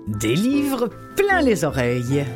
Des livres plein les oreilles.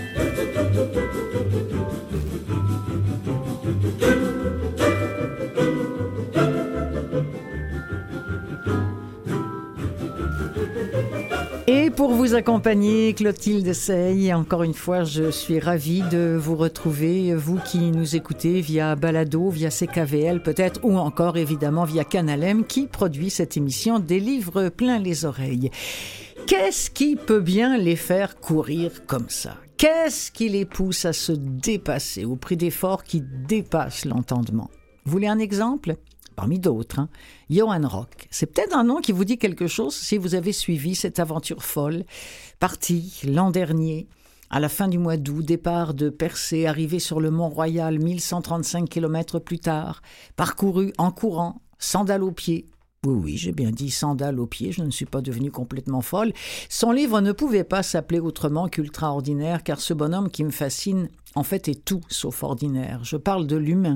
Et pour vous accompagner, Clotilde Sey, encore une fois, je suis ravie de vous retrouver, vous qui nous écoutez via Balado, via CKVL peut-être, ou encore évidemment via Canal M, qui produit cette émission Des livres plein les oreilles. Qu'est-ce qui peut bien les faire courir comme ça? Qu'est-ce qui les pousse à se dépasser au prix d'efforts qui dépassent l'entendement? Vous voulez un exemple? Parmi d'autres, Johan Rock. C'est peut-être un nom qui vous dit quelque chose si vous avez suivi cette aventure folle, partie l'an dernier, à la fin du mois d'août, départ de Percé, arrivé sur le Mont-Royal 1135 km plus tard, parcouru en courant, sandales aux pieds. Oui, j'ai bien dit sandales aux pieds, je ne suis pas devenue complètement folle. Son livre ne pouvait pas s'appeler autrement qu'Ultraordinaire, car ce bonhomme qui me fascine, en fait, est tout sauf ordinaire. Je parle de l'humain.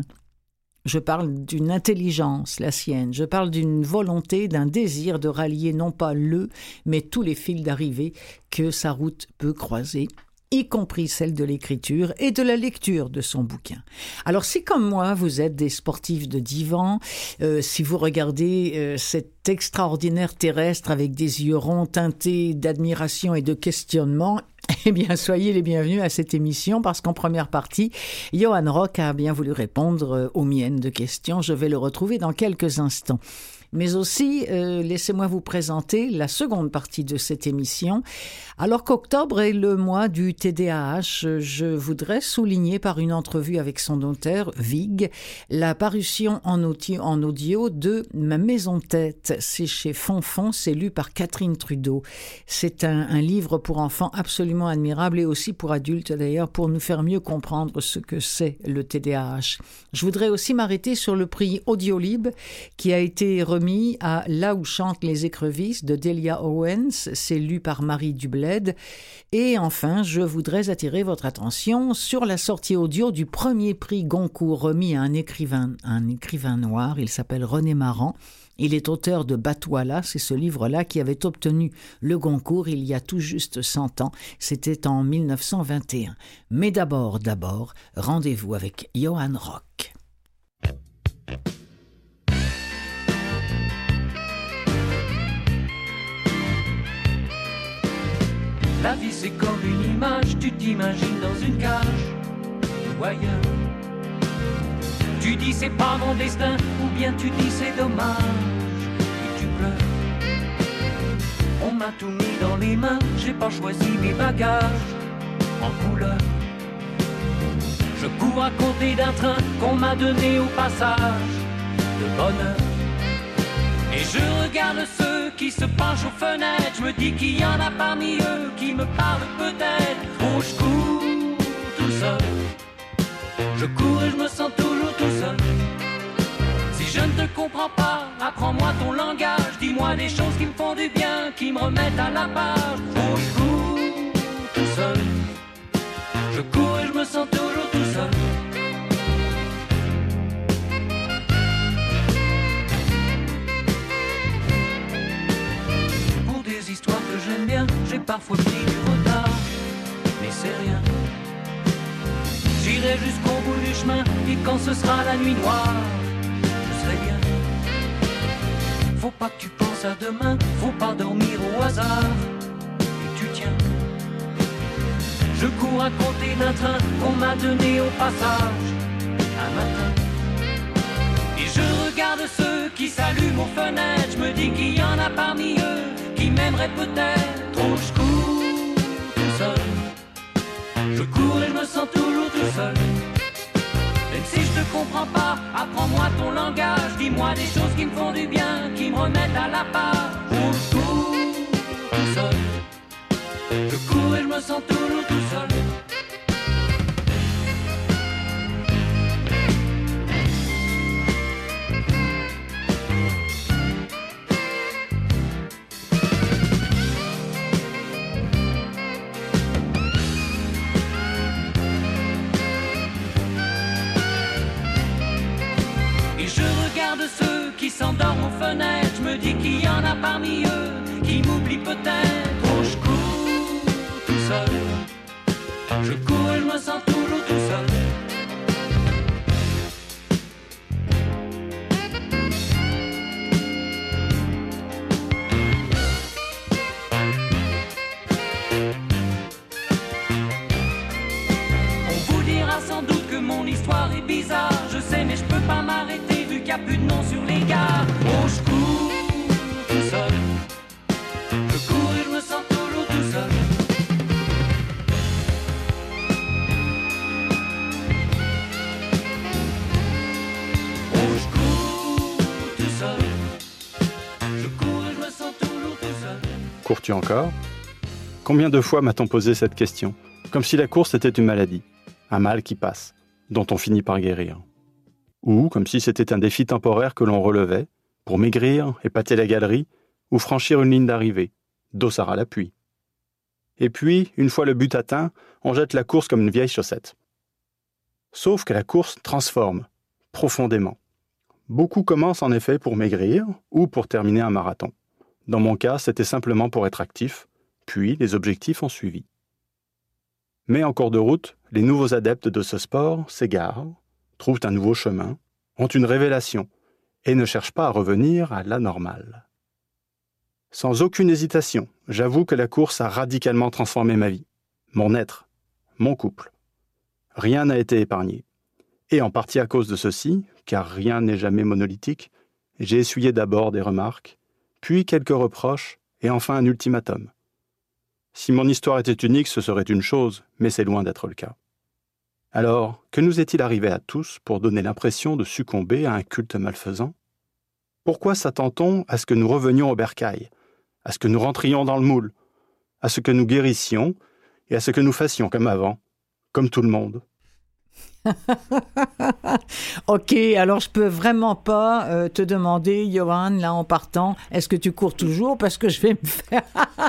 Je parle d'une intelligence, la sienne. Je parle d'une volonté, d'un désir de rallier non pas mais tous les fils d'arrivée que sa route peut croiser, y compris celle de l'écriture et de la lecture de son bouquin. Alors si comme moi, vous êtes des sportifs de divan, si vous regardez cet extraordinaire terrestre avec des yeux ronds teintés d'admiration et de questionnement, eh bien, soyez les bienvenus à cette émission parce qu'en première partie, Johan Rock a bien voulu répondre aux miennes de questions. Je vais le retrouver dans quelques instants. Mais aussi, laissez-moi vous présenter la seconde partie de cette émission. Alors qu'octobre est le mois du TDAH, je voudrais souligner par une entrevue avec son auteur, Vig, la parution en audio de Ma maison de tête. C'est chez Fonfon, c'est lu par Catherine Trudeau. C'est un livre pour enfants absolument admirable et aussi pour adultes d'ailleurs, pour nous faire mieux comprendre ce que c'est le TDAH. Je voudrais aussi m'arrêter sur le prix Audiolib qui a été remis à Là où chantent les écrevisses de Delia Owens, c'est lu par Marie Dubled. Et enfin, je voudrais attirer votre attention sur la sortie audio du premier prix Goncourt remis à un écrivain noir. Il s'appelle René Maran. Il est auteur de Batouala, c'est ce livre-là qui avait obtenu le Goncourt il y a tout juste 100 ans. C'était en 1921. Mais d'abord, rendez-vous avec Johan Rock. La vie c'est comme une image, tu t'imagines dans une cage ou ailleurs. Tu dis c'est pas mon destin, ou bien tu dis c'est dommage, et tu pleures. On m'a tout mis dans les mains, j'ai pas choisi mes bagages en couleur. Je cours à côté d'un train qu'on m'a donné au passage de bonheur. Et je regarde ceux qui se penchent aux fenêtres. Je me dis qu'il y en a parmi eux qui me parlent peut-être. Oh, je cours tout seul. Je cours et je me sens toujours tout seul. Si je ne te comprends pas, apprends-moi ton langage. Dis-moi des choses qui me font du bien, qui me remettent à la page. Oh, je cours tout seul. Je cours et je me sens toujours tout seul. Histoire que j'aime bien, j'ai parfois pris du retard, mais c'est rien. J'irai jusqu'au bout du chemin, et quand ce sera la nuit noire, je serai bien. Faut pas que tu penses à demain, faut pas dormir au hasard, et tu tiens. Je cours à côté d'un train qu'on m'a donné au passage, un matin. Et je regarde ceux qui s'allument aux fenêtres, je me dis qu'il y en a parmi eux qui m'aimerait peut-être. Oh, je cours tout seul. Je cours et je me sens toujours tout seul. Même si je te comprends pas, apprends-moi ton langage. Dis-moi des choses qui me font du bien, qui me remettent à la page. Oh, je cours tout seul. Je cours et je me sens toujours tout seul. Ceux qui s'endorment aux fenêtres, je me dis qu'il y en a parmi eux qui m'oublient peut-être. Oh, je cours bizarre, je sais, mais je peux pas m'arrêter vu qu'il n'y a plus de nom sur les gares. Oh, je cours tout seul, je cours et je me sens toujours tout seul. Oh, je cours tout seul, je cours et je me sens toujours tout seul. Cours-tu encore ? Combien de fois m'a-t-on posé cette question ? Comme si la course était une maladie, un mal qui passe, dont on finit par guérir. Ou comme si c'était un défi temporaire que l'on relevait, pour maigrir, épater la galerie, ou franchir une ligne d'arrivée, dossard à l'appui. Et puis, une fois le but atteint, on jette la course comme une vieille chaussette. Sauf que la course transforme, profondément. Beaucoup commencent en effet pour maigrir, ou pour terminer un marathon. Dans mon cas, c'était simplement pour être actif, puis les objectifs ont suivi. Mais en cours de route, les nouveaux adeptes de ce sport s'égarent, trouvent un nouveau chemin, ont une révélation et ne cherchent pas à revenir à la normale. Sans aucune hésitation, j'avoue que la course a radicalement transformé ma vie, mon être, mon couple. Rien n'a été épargné. Et en partie à cause de ceci, car rien n'est jamais monolithique, j'ai essuyé d'abord des remarques, puis quelques reproches et enfin un ultimatum. Si mon histoire était unique, ce serait une chose, mais c'est loin d'être le cas. Alors, que nous est-il arrivé à tous pour donner l'impression de succomber à un culte malfaisant ? Pourquoi s'attend-on à ce que nous revenions au bercail, à ce que nous rentrions dans le moule, à ce que nous guérissions et à ce que nous fassions comme avant, comme tout le monde ? Ok, alors je peux vraiment pas te demander, Johan, là en partant, est-ce que tu cours toujours parce que je vais me faire...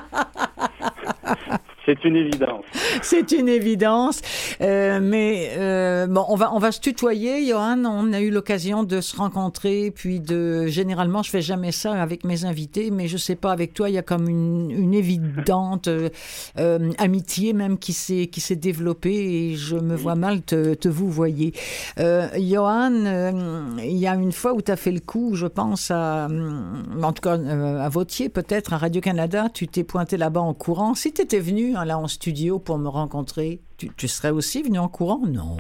C'est une évidence. C'est une évidence, mais bon, on va se tutoyer, Johan. On a eu l'occasion de se rencontrer, puis généralement, je fais jamais ça avec mes invités, mais je sais pas, avec toi, il y a comme une évidente amitié même qui s'est développée, et je me vois mal te vouvoyer. Johan, il y a une fois où tu as fait le coup, je pense en tout cas à Vautier peut-être, à Radio-Canada, tu t'es pointé là-bas en courant. Si tu étais venu là en studio pour me rencontrer, tu serais aussi venu en courant? Non.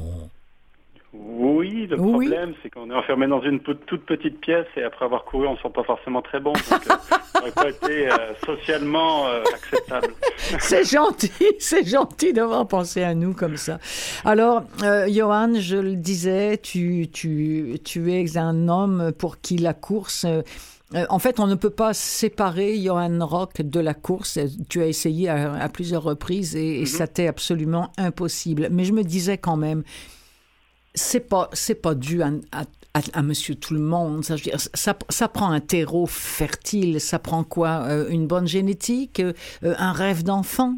Oui, le problème, c'est qu'on est enfermé dans une toute petite pièce et après avoir couru, on ne se sent pas forcément très bon. Donc, ça n'aurait pas été socialement acceptable. C'est gentil d'avoir pensé à nous comme ça. Alors, Johan, je le disais, tu es un homme pour qui la course... en fait, on ne peut pas séparer Johan Rock de la course. Tu as essayé à plusieurs reprises et ça t'est absolument impossible. Mais je me disais quand même, c'est pas dû à Monsieur Tout-le-Monde. Ça, je veux dire, ça prend un terreau fertile. Ça prend quoi? Une bonne génétique? Un rêve d'enfant?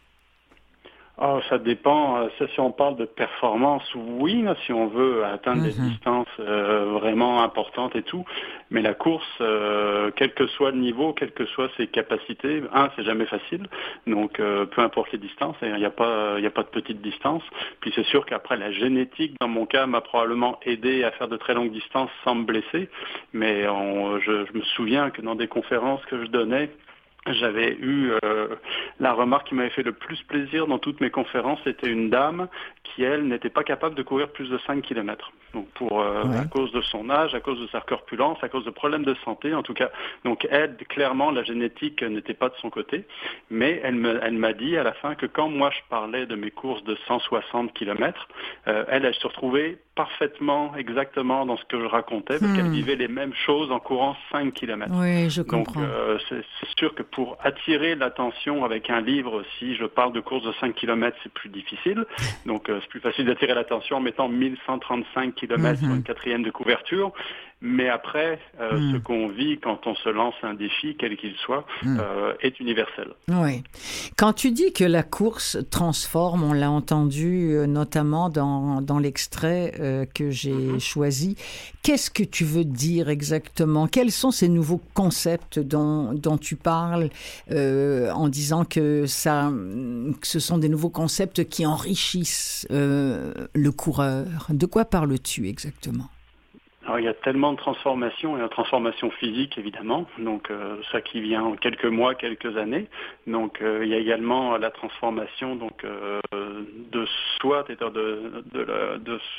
Oh, ça dépend. Si on parle de performance, oui, si on veut atteindre des distances vraiment importantes et tout. Mais la course, quel que soit le niveau, quelles que soient ses capacités, c'est jamais facile. Donc, peu importe les distances, il n'y a pas de petite distance. Puis c'est sûr qu'après, la génétique, dans mon cas, m'a probablement aidé à faire de très longues distances sans me blesser. Mais je me souviens que dans des conférences que je donnais, j'avais eu la remarque qui m'avait fait le plus plaisir dans toutes mes conférences, c'était une dame qui, elle, n'était pas capable de courir plus de 5 kilomètres. Donc à cause de son âge, à cause de sa corpulence, à cause de problèmes de santé, en tout cas. Donc elle, clairement, la génétique n'était pas de son côté. Mais elle m'a dit à la fin que quand moi je parlais de mes courses de 160 kilomètres, elle se retrouvait parfaitement, exactement dans ce que je racontais, parce qu'elle vivait les mêmes choses en courant 5 kilomètres. Oui, je comprends. Donc c'est sûr que pour attirer l'attention avec un livre, si je parle de course de 5 km, c'est plus difficile. Donc c'est plus facile d'attirer l'attention en mettant 1135 km sur une quatrième de couverture. Mais après, ce qu'on vit quand on se lance un défi, quel qu'il soit, est universel. Oui. Quand tu dis que la course transforme, on l'a entendu notamment dans l'extrait que j'ai choisi, qu'est-ce que tu veux dire exactement? Quels sont ces nouveaux concepts dont tu parles en disant que ce sont des nouveaux concepts qui enrichissent le coureur? De quoi parles-tu exactement? Alors, il y a tellement de transformations, et la transformation physique évidemment, donc ça qui vient en quelques mois, quelques années. Donc il y a également la transformation donc de soi, c'est-à-dire de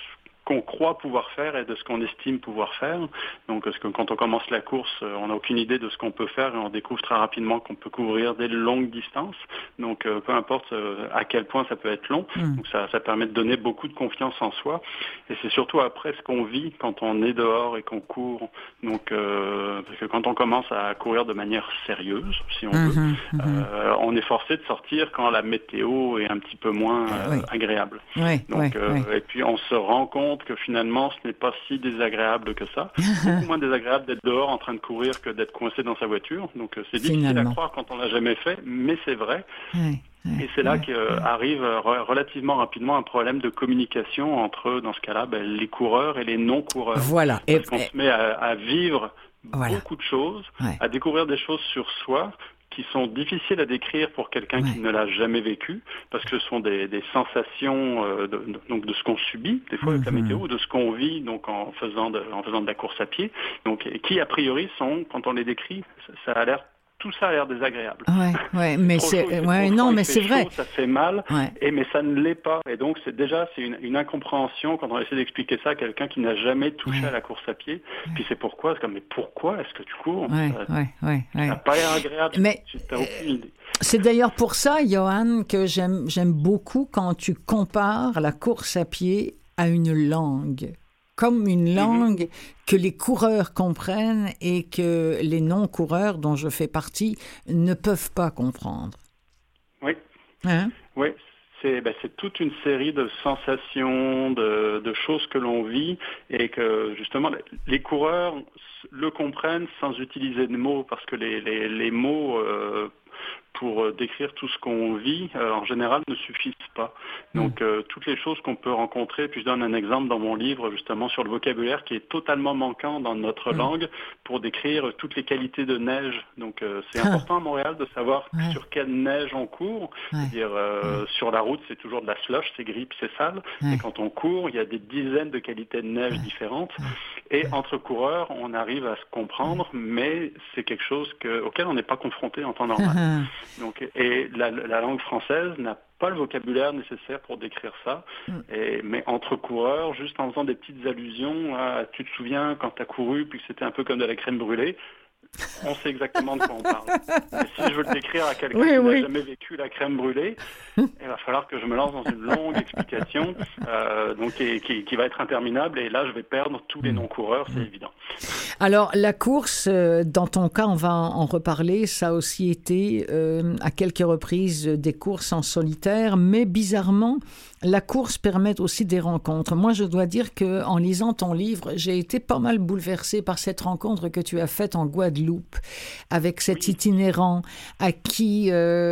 qu'on croit pouvoir faire et de ce qu'on estime pouvoir faire. Donc, parce que quand on commence la course, on n'a aucune idée de ce qu'on peut faire et on découvre très rapidement qu'on peut couvrir des longues distances. Donc, peu importe à quel point ça peut être long. Donc, ça permet de donner beaucoup de confiance en soi. Et c'est surtout après ce qu'on vit quand on est dehors et qu'on court. Donc, parce que quand on commence à courir de manière sérieuse, si on veut, on est forcé de sortir quand la météo est un petit peu moins agréable. Donc, et puis on se rend compte que finalement ce n'est pas si désagréable que ça. Beaucoup moins désagréable d'être dehors en train de courir que d'être coincé dans sa voiture. Donc c'est difficile à croire quand on l'a jamais fait, mais c'est vrai. Et c'est là qu'arrive relativement rapidement un problème de communication entre, dans ce cas-là, les coureurs et les non-coureurs. Voilà. Parce qu'on se met à vivre beaucoup de choses, à découvrir des choses sur soi qui sont difficiles à décrire pour quelqu'un qui ne l'a jamais vécu, parce que ce sont des sensations donc de ce qu'on subit, des fois avec la météo, de ce qu'on vit donc en faisant de la course à pied, donc qui a priori sont, quand on les décrit, tout ça a l'air désagréable. Mais c'est vrai. Ça fait mal, mais ça ne l'est pas. Et donc c'est une incompréhension quand on essaie d'expliquer ça à quelqu'un qui n'a jamais touché à la course à pied. Puis c'est pourquoi, mais pourquoi est-ce que tu cours? Ça n'a pas l'air agréable. Mais tu n'as aucune idée. C'est d'ailleurs pour ça, Johan, que j'aime beaucoup quand tu compares la course à pied à une langue. Comme une langue que les coureurs comprennent et que les non-coureurs, dont je fais partie, ne peuvent pas comprendre. Oui. Oui, c'est toute une série de sensations, de choses que l'on vit et que justement les coureurs le comprennent sans utiliser de mots, parce que les mots pour décrire tout ce qu'on vit, en général, ne suffisent pas. Donc, toutes les choses qu'on peut rencontrer, puis je donne un exemple dans mon livre, justement, sur le vocabulaire qui est totalement manquant dans notre langue pour décrire toutes les qualités de neige. Donc, c'est important à Montréal de savoir sur quelle neige on court. C'est-à-dire, sur la route, c'est toujours de la slush, c'est gris, c'est sale. Et quand on court, il y a des dizaines de qualités de neige différentes. Et entre coureurs, on arrive à se comprendre, mais c'est quelque chose auquel on n'est pas confronté en temps normal. Donc, et la langue française n'a pas le vocabulaire nécessaire pour décrire ça. Mais entre coureurs, juste en faisant des petites allusions à, tu te souviens quand tu as couru, puis que c'était un peu comme de la crème brûlée, on sait exactement de quoi on parle. Et si je veux le décrire à quelqu'un qui n'a jamais vécu la crème brûlée, il va falloir que je me lance dans une longue explication donc qui va être interminable, et là je vais perdre tous les non-coureurs, c'est évident. Alors la course, dans ton cas, on va en reparler, ça a aussi été à quelques reprises des courses en solitaire, mais bizarrement, la course permet aussi des rencontres. Moi, je dois dire qu'en lisant ton livre, j'ai été pas mal bouleversée par cette rencontre que tu as faite en Guadeloupe avec cet itinérant à qui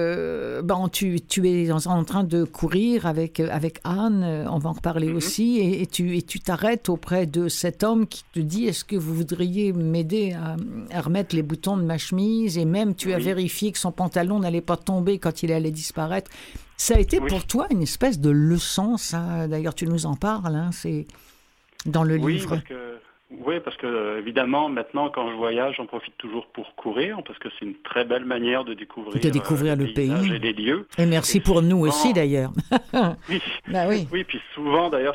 tu es en train de courir avec Anne, on va en reparler aussi, et tu t'arrêtes auprès de cet homme qui te dit « Est-ce que vous voudriez m'aider à remettre les boutons de ma chemise ?» Et même tu as vérifié que son pantalon n'allait pas tomber quand il allait disparaître. Ça a été pour toi une espèce de leçon, ça. D'ailleurs, tu nous en parles, c'est dans le livre. Parce que évidemment, maintenant, quand je voyage, j'en profite toujours pour courir, parce que c'est une très belle manière de découvrir le pays et les lieux. Et merci pour nous aussi, d'ailleurs. Oui, puis souvent, d'ailleurs,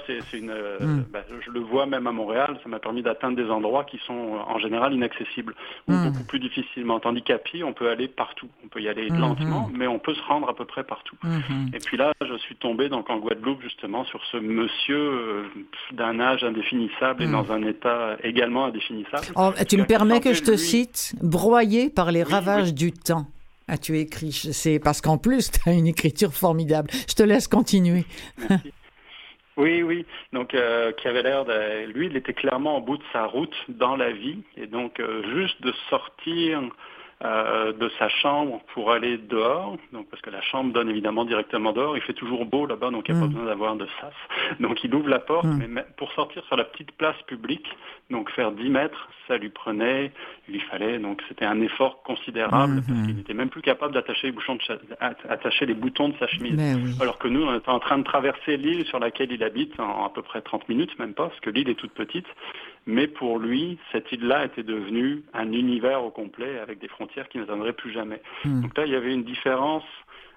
je le vois même à Montréal, ça m'a permis d'atteindre des endroits qui sont en général inaccessibles, ou beaucoup plus difficilement. Tandis qu'à pied, on peut aller partout. On peut y aller lentement, mais on peut se rendre à peu près partout. Et puis là, je suis tombé donc en Guadeloupe, justement, sur ce monsieur d'un âge indéfinissable et dans un état également indéfinissable. Tu me permets que je te cite, broyé par les ravages du temps. Tu écris, c'est parce qu'en plus, tu as une écriture formidable. Je te laisse continuer. Merci. Oui. Donc, qui avait l'air de... Lui, il était clairement au bout de sa route dans la vie. Et donc, juste de sortir de sa chambre pour aller dehors, donc parce que la chambre donne évidemment directement dehors, il fait toujours beau là-bas, donc il n'y a pas besoin d'avoir de sas. Donc il ouvre la porte, mais pour sortir sur la petite place publique, donc faire 10 mètres, ça lui fallait, donc c'était un effort considérable, parce qu'il n'était même plus capable d'attacher les boutons de sa chemise. Alors que nous, on était en train de traverser l'île sur laquelle il habite en à peu près 30 minutes, même pas, parce que l'île est toute petite. Mais pour lui, cette île-là était devenue un univers au complet avec des frontières qui n'atteindraient plus jamais. Donc là, il y avait une différence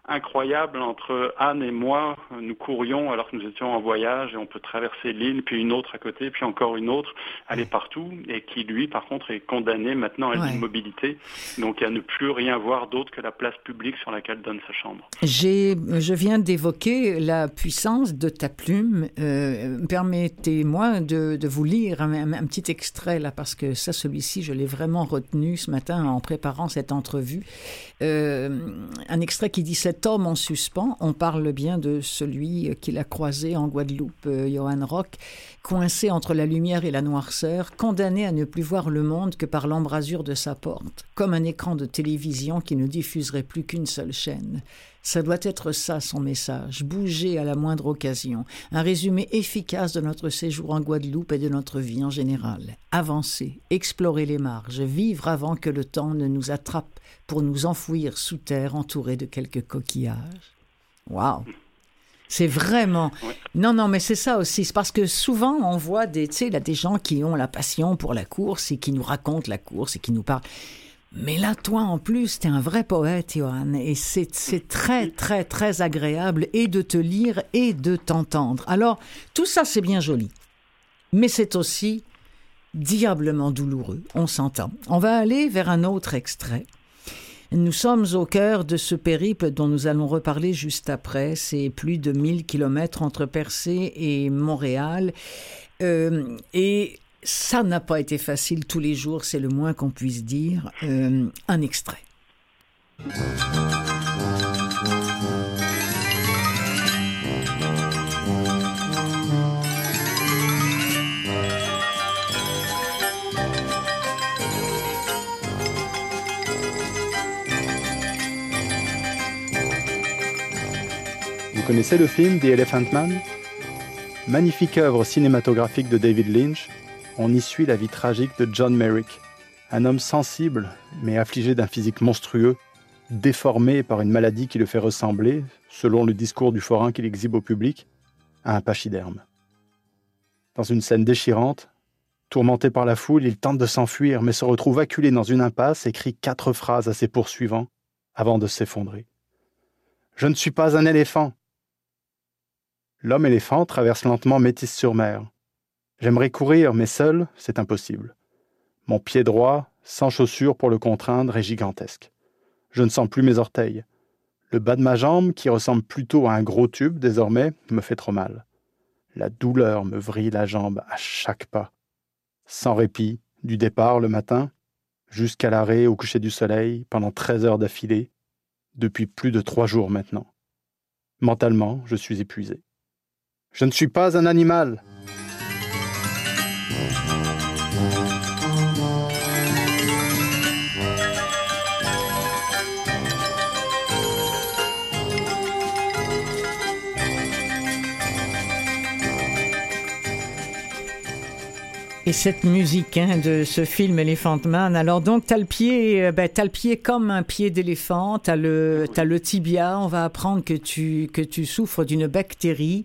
incroyable entre Anne et moi. Nous courions alors que nous étions en voyage et on peut traverser l'île, puis une autre à côté, puis encore une autre, aller partout, et qui lui, par contre, est condamné maintenant à l'immobilité, donc à ne plus rien voir d'autre que la place publique sur laquelle donne sa chambre. Je viens d'évoquer la puissance de ta plume. Permettez-moi de vous lire un petit extrait là, parce que ça, celui-ci, je l'ai vraiment retenu ce matin en préparant cette entrevue. Un extrait qui dit « Cet homme en suspens », on parle bien de celui qu'il a croisé en Guadeloupe, Johan Rock, coincé entre la lumière et la noirceur, condamné à ne plus voir le monde que par l'embrasure de sa porte, comme un écran de télévision qui ne diffuserait plus qu'une seule chaîne. Ça doit être ça, son message, bouger à la moindre occasion, un résumé efficace de notre séjour en Guadeloupe et de notre vie en général. Avancer, explorer les marges, vivre avant que le temps ne nous attrape pour nous enfouir sous terre entourés de quelques coquillages. Waouh! C'est vraiment... Non, mais c'est ça aussi. C'est parce que souvent, on voit des gens qui ont la passion pour la course et qui nous racontent la course et qui nous parlent. Mais là, toi, en plus, t'es un vrai poète, Johan. Et c'est très, très, très agréable et de te lire et de t'entendre. Alors, tout ça, c'est bien joli. Mais c'est aussi diablement douloureux. On s'entend. On va aller vers un autre extrait. Nous sommes au cœur de ce périple dont nous allons reparler juste après. C'est plus de 1000 kilomètres entre Percé et Montréal. Et ça n'a pas été facile tous les jours, c'est le moins qu'on puisse dire. Un extrait. Vous connaissez le film The Elephant Man ? Magnifique œuvre cinématographique de David Lynch, on y suit la vie tragique de John Merrick, un homme sensible mais affligé d'un physique monstrueux, déformé par une maladie qui le fait ressembler, selon le discours du forain qu'il exhibe au public, à un pachyderme. Dans une scène déchirante, tourmenté par la foule, il tente de s'enfuir mais se retrouve acculé dans une impasse et crie 4 phrases à ses poursuivants avant de s'effondrer. « Je ne suis pas un éléphant !» L'homme-éléphant traverse lentement Métis-sur-Mer. J'aimerais courir, mais seul, c'est impossible. Mon pied droit, sans chaussures pour le contraindre, est gigantesque. Je ne sens plus mes orteils. Le bas de ma jambe, qui ressemble plutôt à un gros tube désormais, me fait trop mal. La douleur me vrille la jambe à chaque pas. Sans répit, du départ le matin, jusqu'à l'arrêt au coucher du soleil, pendant 13 heures d'affilée, depuis plus de 3 jours maintenant. Mentalement, je suis épuisé. Je ne suis pas un animal. Et cette musique de ce film Elephant Man, alors donc t'as le pied comme un pied d'éléphant, t'as le tibia, on va apprendre que tu souffres d'une bactérie.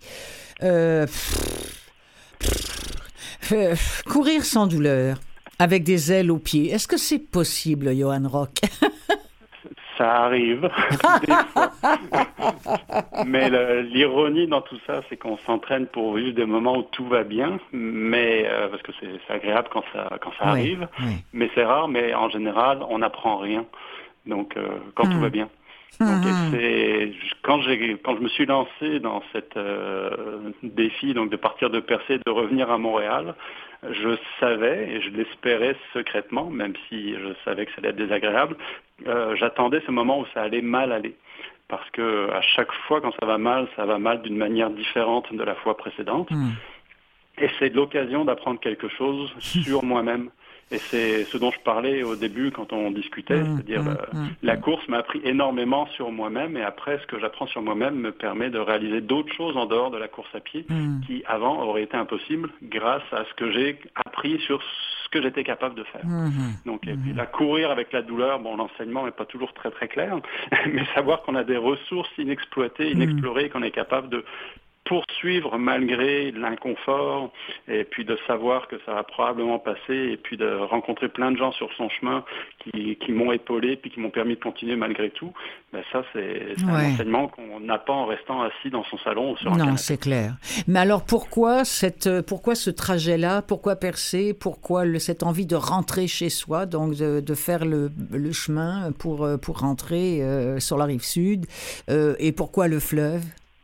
Courir sans douleur, avec des ailes aux pieds, est-ce que c'est possible, Johan Rock? Ça arrive, des fois. Mais l'ironie dans tout ça, c'est qu'on s'entraîne pour vivre des moments où tout va bien, mais parce que c'est agréable quand ça arrive, mais c'est rare, mais en général, on n'apprend rien. Donc, quand tout va bien. Donc, quand je me suis lancé dans cette défi, donc de partir de Percé, de revenir à Montréal, je savais, et je l'espérais secrètement, même si je savais que ça allait être désagréable, j'attendais ce moment où ça allait mal aller. Parce que à chaque fois quand ça va mal d'une manière différente de la fois précédente. Et c'est l'occasion d'apprendre quelque chose sur moi-même. Et c'est ce dont je parlais au début quand on discutait, c'est-à-dire la course m'a appris énormément sur moi-même, et après ce que j'apprends sur moi-même me permet de réaliser d'autres choses en dehors de la course à pied qui avant auraient été impossibles grâce à ce que j'ai appris sur ce que j'étais capable de faire. Donc et puis là, courir avec la douleur, bon, l'enseignement n'est pas toujours très très clair, mais savoir qu'on a des ressources inexploitées, inexplorées, qu'on est capable de poursuivre malgré l'inconfort, et puis de savoir que ça va probablement passer, et puis de rencontrer plein de gens sur son chemin qui m'ont épaulé, puis qui m'ont permis de continuer malgré tout, ça c'est un enseignement qu'on n'a pas en restant assis dans son salon ou sur un canapé. Non, c'est clair. Mais alors pourquoi ce trajet-là, pourquoi percer, pourquoi cette envie de rentrer chez soi, donc de faire le chemin pour rentrer sur la rive sud, et pourquoi le fleuve?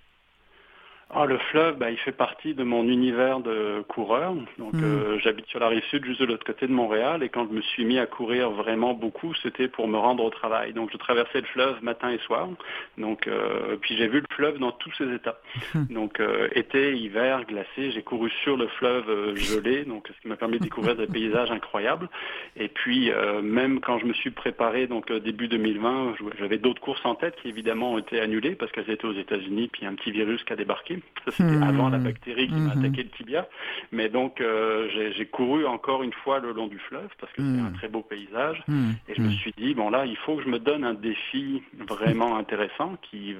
Le fleuve, il fait partie de mon univers de coureur. Donc, j'habite sur la rive sud, juste de l'autre côté de Montréal. Et quand je me suis mis à courir vraiment beaucoup, c'était pour me rendre au travail. Donc, je traversais le fleuve matin et soir. Donc, puis j'ai vu le fleuve dans tous ses états. Donc, été, hiver, glacé. J'ai couru sur le fleuve gelé, donc ce qui m'a permis de découvrir des paysages incroyables. Et puis, même quand je me suis préparé, donc début 2020, j'avais d'autres courses en tête qui évidemment ont été annulées parce qu'elles étaient aux États-Unis, puis un petit virus qui a débarqué. Ça, c'était avant la bactérie qui m'a attaqué le tibia. Mais donc, j'ai couru encore une fois le long du fleuve parce que c'est un très beau paysage. Et je me suis dit, là, il faut que je me donne un défi vraiment intéressant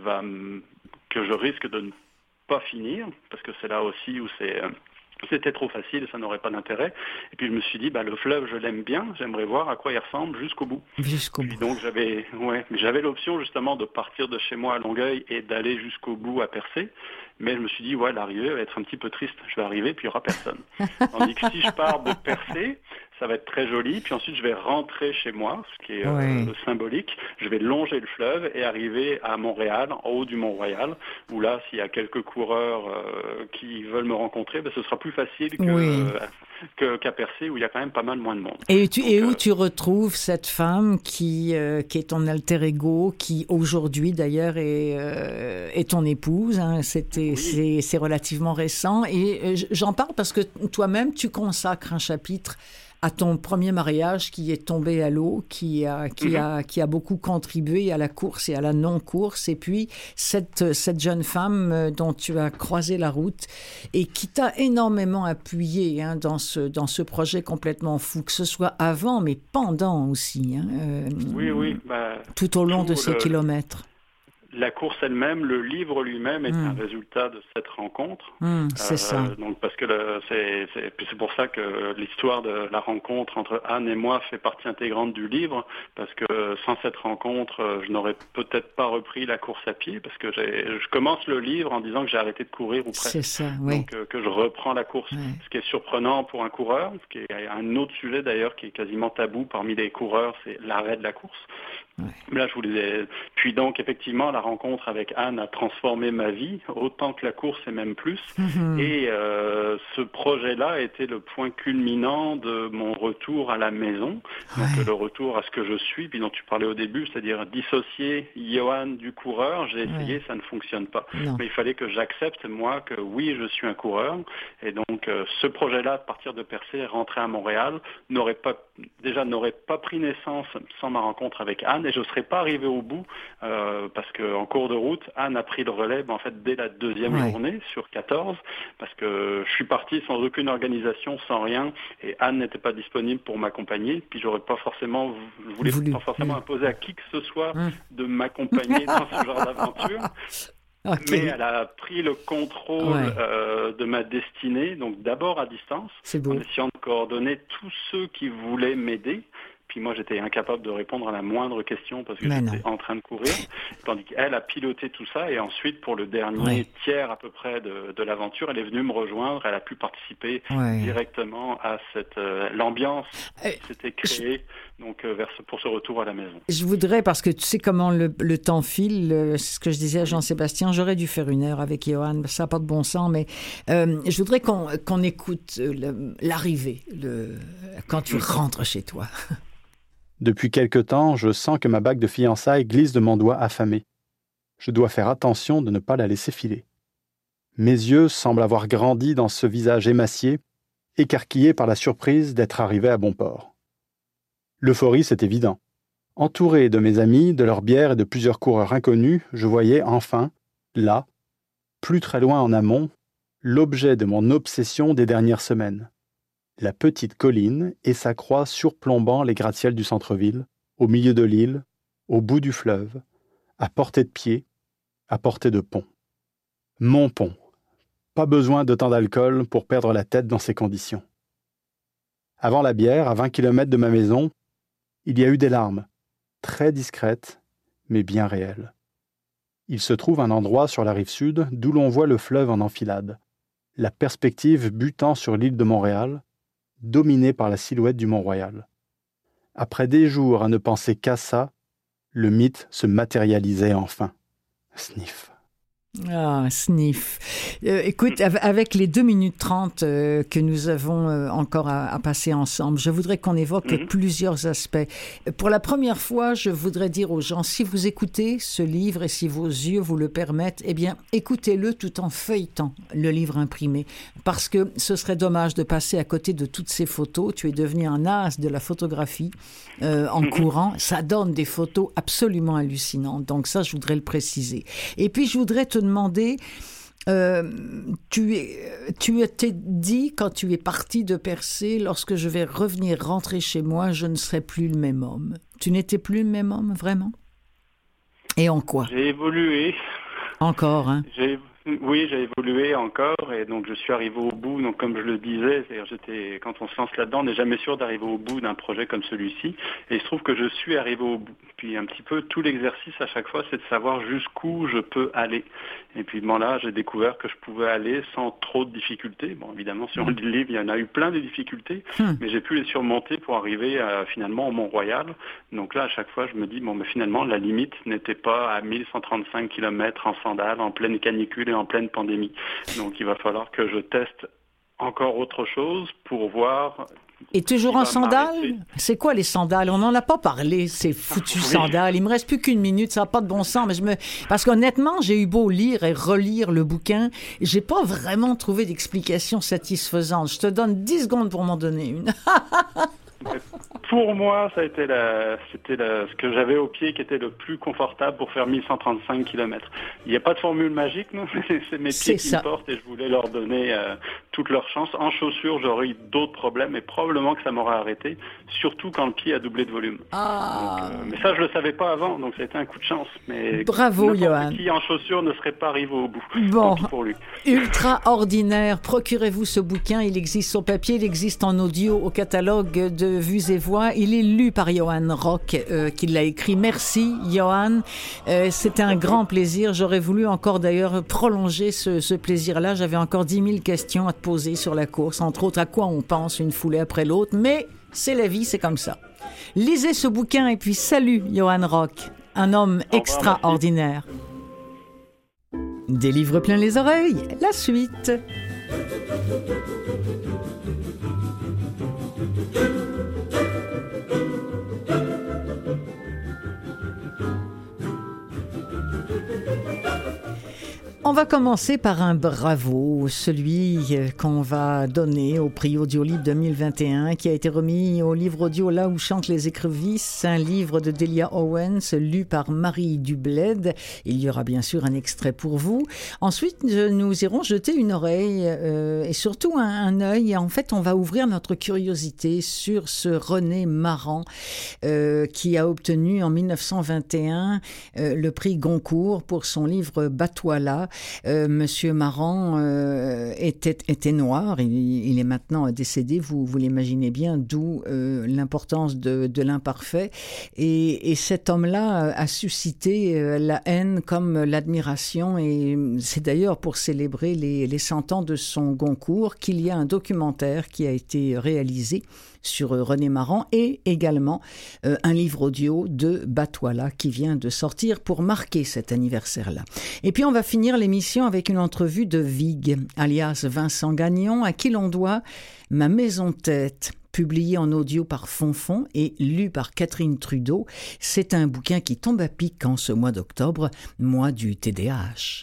que je risque de ne pas finir parce que c'est là aussi où c'était trop facile et ça n'aurait pas d'intérêt. Et puis je me suis dit, le fleuve, je l'aime bien, j'aimerais voir à quoi il ressemble jusqu'au bout. Donc j'avais l'option justement de partir de chez moi à Longueuil et d'aller jusqu'au bout à Percé. Mais je me suis dit, l'arrivée va être un petit peu triste. Je vais arriver, puis il n'y aura personne. Tandis que si je pars de Percé, ça va être très joli. Puis ensuite, je vais rentrer chez moi, ce qui est symbolique. Je vais longer le fleuve et arriver à Montréal, en haut du Mont-Royal, où là, s'il y a quelques coureurs qui veulent me rencontrer, ce sera plus facile qu'à Percé, où il y a quand même pas mal moins de monde. Et où tu retrouves cette femme qui est ton alter ego, qui aujourd'hui d'ailleurs est ton épouse, hein. C'est relativement récent. Et j'en parle parce que toi-même, tu consacres un chapitre à ton premier mariage qui est tombé à l'eau, qui a beaucoup contribué à la course et à la non-course. Et puis, cette jeune femme dont tu as croisé la route et qui t'a énormément appuyé dans ce projet complètement fou, que ce soit avant, mais pendant aussi. Tout au long de ces kilomètres. La course elle-même, le livre lui-même est un résultat de cette rencontre. C'est ça. Donc parce que c'est pour ça que l'histoire de la rencontre entre Anne et moi fait partie intégrante du livre, parce que sans cette rencontre, je n'aurais peut-être pas repris la course à pied, parce que je commence le livre en disant que j'ai arrêté de courir ou presque. C'est ça, oui. Donc que je reprends la course. Ce qui est surprenant pour un coureur, ce qui est un autre sujet d'ailleurs qui est quasiment tabou parmi les coureurs, c'est l'arrêt de la course. Là, Puis donc, effectivement, la rencontre avec Anne a transformé ma vie, autant que la course et même plus. Et ce projet-là a été le point culminant de mon retour à la maison, donc le retour à ce que je suis, puis dont tu parlais au début, c'est-à-dire dissocier Johan du coureur. J'ai essayé, ça ne fonctionne pas. Mais il fallait que j'accepte, moi, que oui, je suis un coureur. Et donc, ce projet-là, de partir de Percé et rentrer à Montréal, n'aurait pas pris naissance sans ma rencontre avec Anne. Et je ne serais pas arrivé au bout parce qu'en cours de route, Anne a pris le relais dès la deuxième journée sur 14 parce que je suis parti sans aucune organisation, sans rien et Anne n'était pas disponible pour m'accompagner. Puis j'aurais pas forcément imposer à qui que ce soit de m'accompagner dans ce genre d'aventure. Mais elle a pris le contrôle de ma destinée, donc d'abord à distance, en essayant de coordonner tous ceux qui voulaient m'aider. Puis moi, j'étais incapable de répondre à la moindre question parce que j'étais en train de courir. Tandis qu'elle a piloté tout ça. Et ensuite, pour le dernier tiers à peu près de l'aventure, elle est venue me rejoindre. Elle a pu participer directement à l'ambiance qui s'était créée pour ce retour à la maison. Je voudrais, parce que tu sais comment le temps file, c'est ce que je disais à Jean-Sébastien, j'aurais dû faire une heure avec Johan, ça n'a pas de bon sens, mais je voudrais qu'on écoute l'arrivée, quand tu rentres chez toi. Depuis quelque temps, je sens que ma bague de fiançailles glisse de mon doigt affamé. Je dois faire attention de ne pas la laisser filer. Mes yeux semblent avoir grandi dans ce visage émacié, écarquillé par la surprise d'être arrivé à bon port. L'euphorie, c'est évident. Entouré de mes amis, de leur bière et de plusieurs coureurs inconnus, je voyais enfin, là, plus très loin en amont, l'objet de mon obsession des dernières semaines. La petite colline et sa croix surplombant les gratte-ciels du centre-ville, au milieu de l'île, au bout du fleuve, à portée de pied, à portée de pont. Mon pont, Pas besoin de tant d'alcool pour perdre la tête dans ces conditions. Avant la bière, à 20 km de ma maison, il y a eu des larmes, très discrètes, mais bien réelles. Il se trouve un endroit sur la rive sud d'où l'on voit le fleuve en enfilade, la perspective butant sur l'île de Montréal, dominée par la silhouette du Mont-Royal. Après des jours à ne penser qu'à ça, le mythe se matérialisait enfin. Sniff. Ah, sniff. Écoute, avec les 2 minutes 30 que nous avons encore à passer ensemble, je voudrais qu'on évoque plusieurs aspects. Pour la première fois, je voudrais dire aux gens, si vous écoutez ce livre et si vos yeux vous le permettent, eh bien, écoutez-le tout en feuilletant le livre imprimé. Parce que ce serait dommage de passer à côté de toutes ces photos. Tu es devenu un as de la photographie en courant. Ça donne des photos absolument hallucinantes. Donc ça, je voudrais le préciser. Et puis, je voudrais te demander, tu t'es dit quand tu es parti de Percé, lorsque je vais rentrer chez moi, je ne serai plus le même homme. Tu n'étais plus le même homme, vraiment? Et en quoi? J'ai évolué. Encore, hein? Oui, j'ai évolué encore et donc je suis arrivé au bout. Donc comme je le disais, quand on se lance là-dedans, on n'est jamais sûr d'arriver au bout d'un projet comme celui-ci. Et il se trouve que je suis arrivé au bout. Puis un petit peu tout l'exercice à chaque fois, c'est de savoir jusqu'où je peux aller. Et puis bon là, j'ai découvert que je pouvais aller sans trop de difficultés. Bon, évidemment, si on lit le livre, il y en a eu plein de difficultés, mais j'ai pu les surmonter pour arriver finalement au Mont-Royal. Donc là, à chaque fois, je me dis, bon, mais finalement, la limite n'était pas à 1135 km en sandales, en pleine canicule et en pleine pandémie. Donc il va falloir que je teste encore autre chose pour voir. Et toujours en sandales? C'est quoi les sandales? On n'en a pas parlé, ces foutues sandales. Il me reste plus qu'une minute, ça n'a pas de bon sens. Mais parce qu'honnêtement, j'ai eu beau lire et relire le bouquin, j'ai pas vraiment trouvé d'explication satisfaisante. Je te donne 10 secondes pour m'en donner une. Pour moi, c'était ce que j'avais au pied qui était le plus confortable pour faire 1135 km. Il n'y a pas de formule magique, non? C'est mes pieds qui me portent et je voulais leur donner toute leur chance. En chaussures, j'aurais eu d'autres problèmes et probablement que ça m'aurait arrêté, surtout quand le pied a doublé de volume. Mais ça, je le savais pas avant, donc ça a été un coup de chance. Mais bravo, Johan. Qui en chaussures ne serait pas arrivé au bout. Bon, pour lui. Ultra ordinaire. Procurez-vous ce bouquin. Il existe sur papier, il existe en audio au catalogue de Vues et Voix. Il est lu par Johan Rock, qui l'a écrit. Merci, Johan. C'était un grand plaisir. J'aurais voulu encore d'ailleurs prolonger ce plaisir-là. J'avais encore 10 000 questions à te poser sur la course, entre autres à quoi on pense une foulée après l'autre, mais c'est la vie, c'est comme ça. Lisez ce bouquin et puis salut, Johan Rock, un homme extraordinaire. Des livres plein les oreilles, la suite. On va commencer par un bravo, celui qu'on va donner au prix Audiolib 2021, qui a été remis au livre audio Là où chantent les écrevisses, un livre de Delia Owens, lu par Marie Dubled. Il y aura bien sûr un extrait pour vous. Ensuite, nous irons jeter une oreille et surtout un œil. En fait, on va ouvrir notre curiosité sur ce René Maran, qui a obtenu en 1921 le prix Goncourt pour son livre Batouala. Monsieur Maran était noir, il est maintenant décédé, vous l'imaginez bien, d'où l'importance de l'imparfait. Et cet homme-là a suscité la haine comme l'admiration, et c'est d'ailleurs pour célébrer les 100 ans de son Goncourt qu'il y a un documentaire qui a été réalisé sur René Maran et également un livre audio de Batouala qui vient de sortir pour marquer cet anniversaire-là. Et puis on va finir l'émission avec une entrevue de Vig, alias Vincent Gagnon, à qui l'on doit Ma maison tête, publié en audio par Fonfon et lu par Catherine Trudeau. C'est un bouquin qui tombe à pic en ce mois d'octobre, mois du TDAH.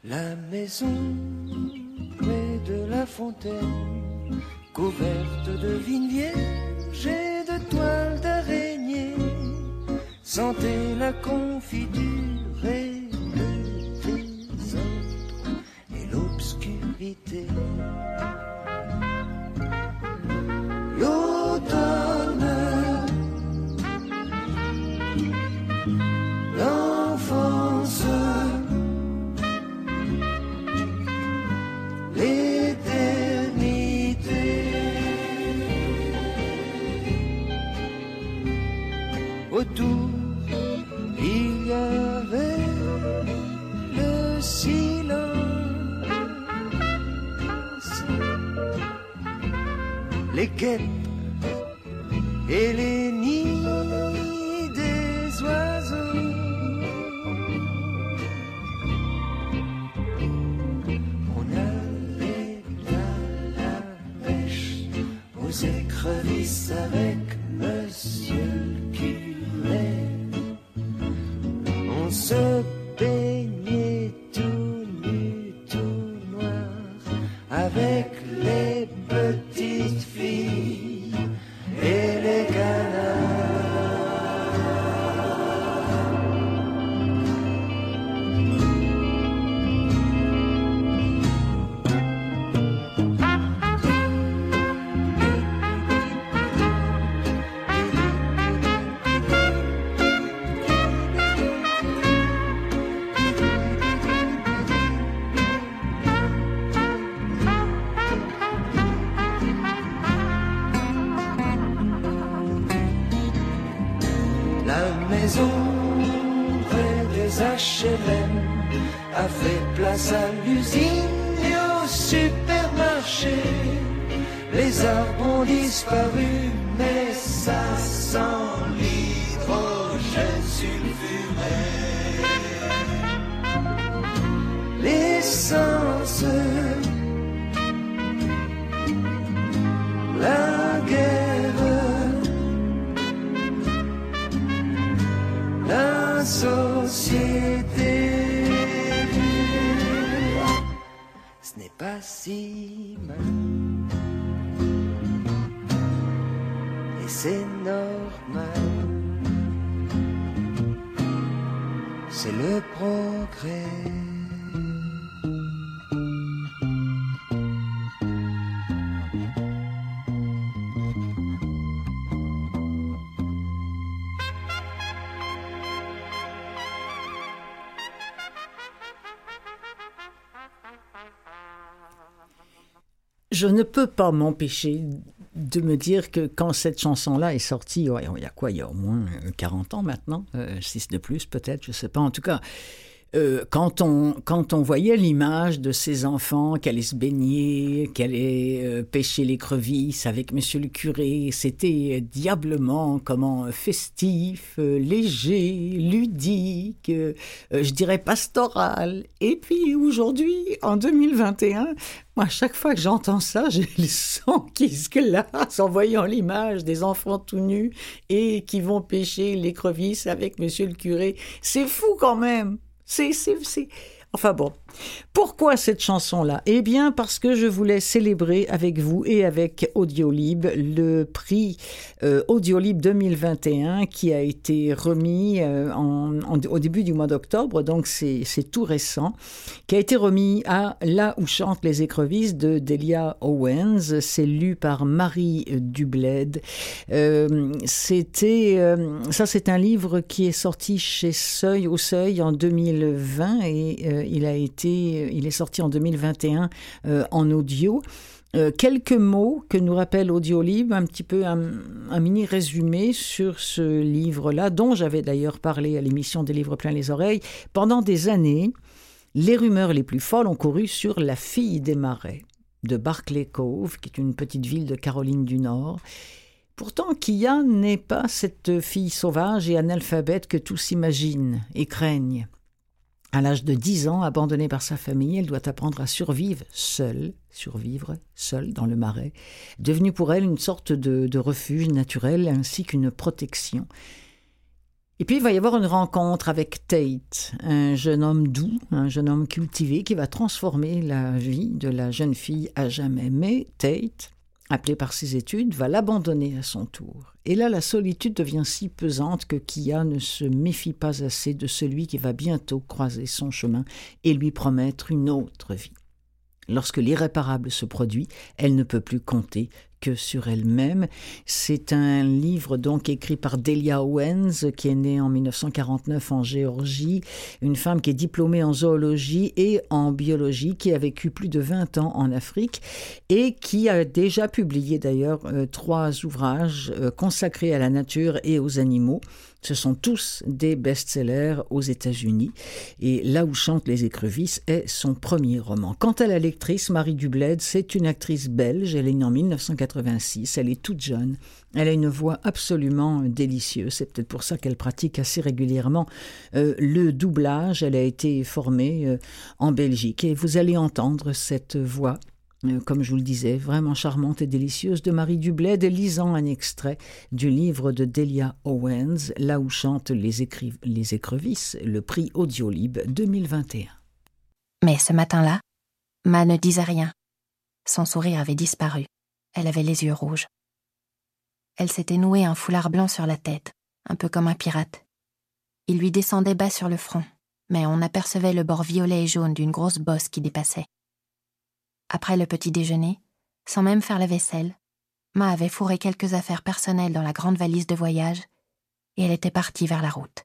La maison près de la fontaine, couverte de vignes vierges et de toiles d'araignée, sentez la confiture et le désordre et l'obscurité. L'automne, l'enfance, autour, il y avait le silence les guêpes et les nids des oiseaux. On allait à la pêche aux écrevisses avec Monsieur le curé. On se baignait tout nu, tout noir, avec les petites filles et les canards. HLM a fait place à l'usine et au supermarché. Les arbres ont disparu, mais ça sent l'hydrogène sulfuré. L'essence, la guerre, la société. Ce n'est pas si mal, et c'est normal, c'est le progrès. Je ne peux pas m'empêcher de me dire que quand cette chanson-là est sortie, il y a quoi, il y a au moins 40 ans maintenant, 6 de plus peut-être, je ne sais pas, en tout cas, quand on voyait l'image de ces enfants qui allaient se baigner, qui allaient pêcher l'écrevisse avec monsieur le curé, c'était diablement festif, léger, ludique, je dirais pastoral. Et puis aujourd'hui, en 2021, moi, à chaque fois que j'entends ça, j'ai le sang qui se glace en voyant l'image des enfants tout nus et qui vont pêcher l'écrevisse avec monsieur le curé. C'est fou quand même. C'est... Enfin bon, pourquoi cette chanson-là ? Eh bien, parce que je voulais célébrer avec vous et avec Audiolib le prix Audiolib 2021 qui a été remis au début du mois d'octobre, donc c'est tout récent, qui a été remis à Là où chantent les écrevisses de Delia Owens. C'est lu par Marie Dubled. C'est un livre qui est sorti chez Seuil au Seuil en 2020 et il est sorti en 2021 en audio. Quelques mots que nous rappelle Audiolib, un petit peu un mini résumé sur ce livre-là, dont j'avais d'ailleurs parlé à l'émission des livres plein les oreilles. Pendant des années, les rumeurs les plus folles ont couru sur La fille des marais de Barclay Cove, qui est une petite ville de Caroline du Nord. Pourtant, Kia n'est pas cette fille sauvage et analphabète que tous s'imaginent et craignent. À l'âge de 10 ans, abandonnée par sa famille, elle doit apprendre à survivre seule dans le marais, devenue pour elle une sorte de refuge naturel ainsi qu'une protection. Et puis, il va y avoir une rencontre avec Tate, un jeune homme doux, un jeune homme cultivé qui va transformer la vie de la jeune fille à jamais. Mais Tate, appelé par ses études, va l'abandonner à son tour. Et là, la solitude devient si pesante que Kia ne se méfie pas assez de celui qui va bientôt croiser son chemin et lui promettre une autre vie. Lorsque l'irréparable se produit, elle ne peut plus compter que sur elle-même. C'est un livre donc écrit par Delia Owens, qui est née en 1949 en Géorgie, une femme qui est diplômée en zoologie et en biologie, qui a vécu plus de 20 ans en Afrique et qui a déjà publié d'ailleurs 3 ouvrages consacrés à la nature et aux animaux. Ce sont tous des best-sellers aux États-Unis. Et Là où chantent les écrevisses est son premier roman. Quant à la lectrice, Marie Dubled, c'est une actrice belge. Elle est née en 1986. Elle est toute jeune. Elle a une voix absolument délicieuse. C'est peut-être pour ça qu'elle pratique assez régulièrement le doublage. Elle a été formée en Belgique. Et vous allez entendre cette voix, comme je vous le disais, vraiment charmante et délicieuse de Marie Dubled, lisant un extrait du livre de Delia Owens, Là où chantent les écrevisses, le prix Audiolib 2021. Mais ce matin-là, Ma ne disait rien. Son sourire avait disparu. Elle avait les yeux rouges. Elle s'était nouée un foulard blanc sur la tête, un peu comme un pirate. Il lui descendait bas sur le front, mais on apercevait le bord violet et jaune d'une grosse bosse qui dépassait. Après le petit déjeuner, sans même faire la vaisselle, Ma avait fourré quelques affaires personnelles dans la grande valise de voyage et elle était partie vers la route.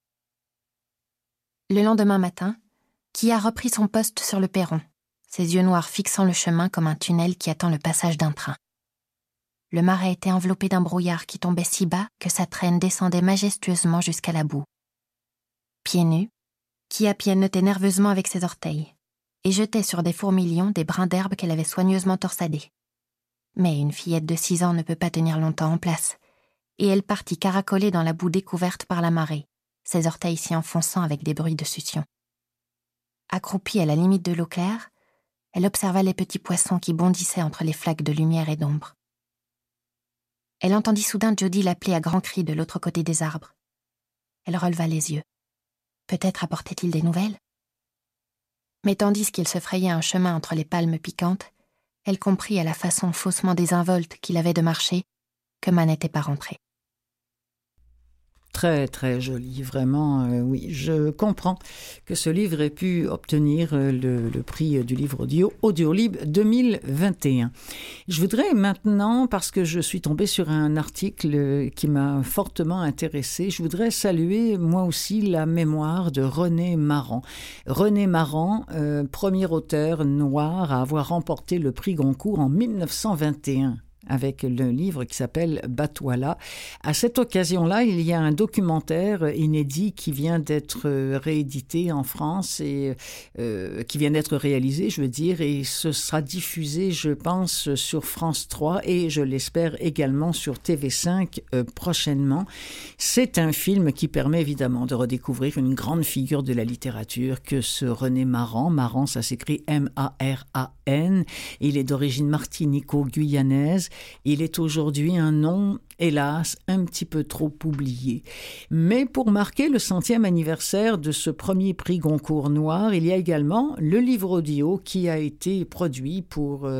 Le lendemain matin, Kia reprit son poste sur le perron, ses yeux noirs fixant le chemin comme un tunnel qui attend le passage d'un train. Le marais était enveloppé d'un brouillard qui tombait si bas que sa traîne descendait majestueusement jusqu'à la boue. Pieds nus, Kia pianotait nerveusement avec ses orteils et jetait sur des fourmilions des brins d'herbe qu'elle avait soigneusement torsadés. Mais une fillette de 6 ans ne peut pas tenir longtemps en place, et elle partit caracoler dans la boue découverte par la marée, ses orteils s'y enfonçant avec des bruits de succion. Accroupie à la limite de l'eau claire, elle observa les petits poissons qui bondissaient entre les flaques de lumière et d'ombre. Elle entendit soudain Jody l'appeler à grands cris de l'autre côté des arbres. Elle releva les yeux. Peut-être apportait-il des nouvelles ? Mais tandis qu'il se frayait un chemin entre les palmes piquantes, elle comprit à la façon faussement désinvolte qu'il avait de marcher que Ma n'était pas rentrée. Très, très joli, vraiment, oui. Je comprends que ce livre ait pu obtenir le prix du livre audio Audiolib 2021. Je voudrais maintenant, parce que je suis tombée sur un article qui m'a fortement intéressée, je voudrais saluer moi aussi la mémoire de René Maran. René Maran, premier auteur noir à avoir remporté le prix Goncourt en 1921. Avec le livre qui s'appelle Batouala. À cette occasion-là, il y a un documentaire inédit qui vient d'être réédité en France et qui vient d'être réalisé, je veux dire, et ce sera diffusé, je pense, sur France 3 et je l'espère également sur TV5 prochainement. C'est un film qui permet évidemment de redécouvrir une grande figure de la littérature que ce René Maran. Maran, ça s'écrit M-A-R-A-N. Il est d'origine martinico-guyanaise. Il est aujourd'hui un nom, hélas, un petit peu trop oublié. Mais pour marquer le 100e anniversaire de ce premier prix Goncourt noir, il y a également le livre audio qui a été produit pour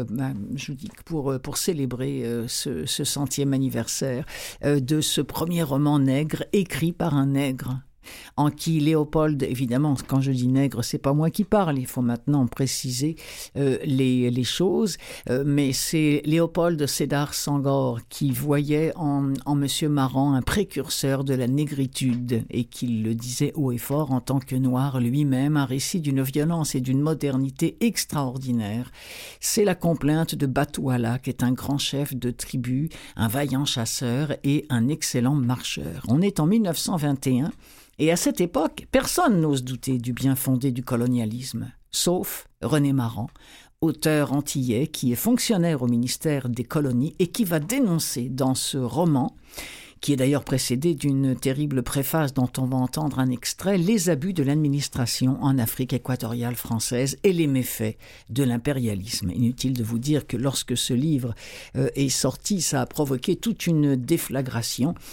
célébrer ce 100e anniversaire de ce premier roman nègre écrit par un nègre. En qui Léopold, évidemment, quand je dis nègre, c'est pas moi qui parle, il faut maintenant préciser les choses, mais c'est Léopold Sédar Senghor qui voyait en Monsieur Maran un précurseur de la négritude et qui le disait haut et fort en tant que noir lui-même, un récit d'une violence et d'une modernité extraordinaire. C'est la complainte de Batouala, qui est un grand chef de tribu, un vaillant chasseur et un excellent marcheur. On est en 1921. Et à cette époque, personne n'ose douter du bien fondé du colonialisme, sauf René Maran, auteur antillais qui est fonctionnaire au ministère des colonies et qui va dénoncer dans ce roman, qui est d'ailleurs précédé d'une terrible préface dont on va entendre un extrait, les abus de l'administration en Afrique équatoriale française et les méfaits de l'impérialisme. Inutile de vous dire que lorsque ce livre est sorti, ça a provoqué toute une déflagration.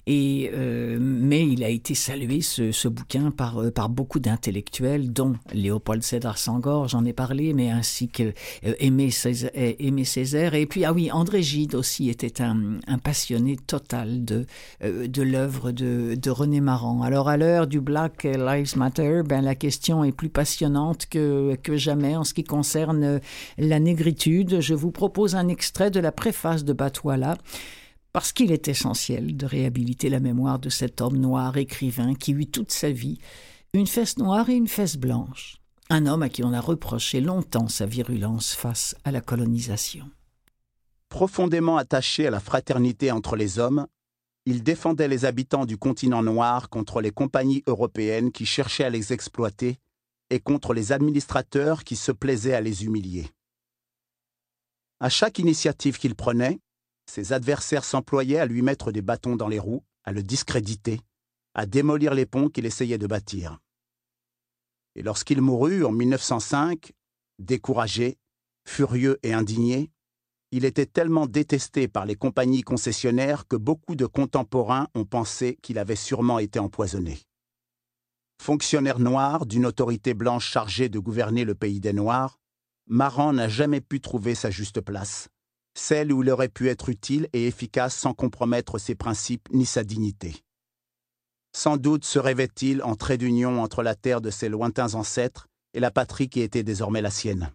Mais il a été salué, ce bouquin, par beaucoup d'intellectuels, dont Léopold Sédar Senghor, j'en ai parlé, mais ainsi que Aimé Césaire. Et puis, André Gide aussi était un passionné total de l'œuvre de René Maran. Alors, à l'heure du Black Lives Matter, la question est plus passionnante que jamais en ce qui concerne la négritude. Je vous propose un extrait de la préface de Batouala, parce qu'il est essentiel de réhabiliter la mémoire de cet homme noir écrivain qui eut toute sa vie une fesse noire et une fesse blanche. Un homme à qui on a reproché longtemps sa virulence face à la colonisation. Profondément attaché à la fraternité entre les hommes, il défendait les habitants du continent noir contre les compagnies européennes qui cherchaient à les exploiter et contre les administrateurs qui se plaisaient à les humilier. À chaque initiative qu'il prenait, ses adversaires s'employaient à lui mettre des bâtons dans les roues, à le discréditer, à démolir les ponts qu'il essayait de bâtir. Et lorsqu'il mourut en 1905, découragé, furieux et indigné, il était tellement détesté par les compagnies concessionnaires que beaucoup de contemporains ont pensé qu'il avait sûrement été empoisonné. Fonctionnaire noir d'une autorité blanche chargée de gouverner le pays des Noirs, Maran n'a jamais pu trouver sa juste place, celle où il aurait pu être utile et efficace sans compromettre ses principes ni sa dignité. Sans doute se rêvait-il en trait d'union entre la terre de ses lointains ancêtres et la patrie qui était désormais la sienne.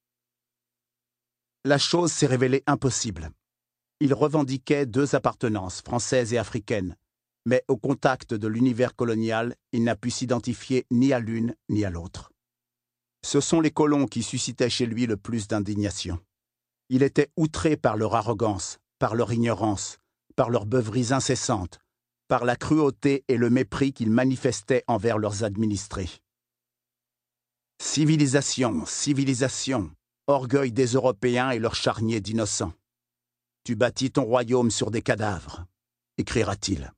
La chose s'est révélée impossible. Il revendiquait deux appartenances, françaises et africaines, mais au contact de l'univers colonial, il n'a pu s'identifier ni à l'une ni à l'autre. Ce sont les colons qui suscitaient chez lui le plus d'indignation. Il était outré par leur arrogance, par leur ignorance, par leurs beuveries incessantes, par la cruauté et le mépris qu'ils manifestaient envers leurs administrés. Civilisation, civilisation, orgueil des Européens et leurs charniers d'innocents. Tu bâtis ton royaume sur des cadavres, écrira-t-il.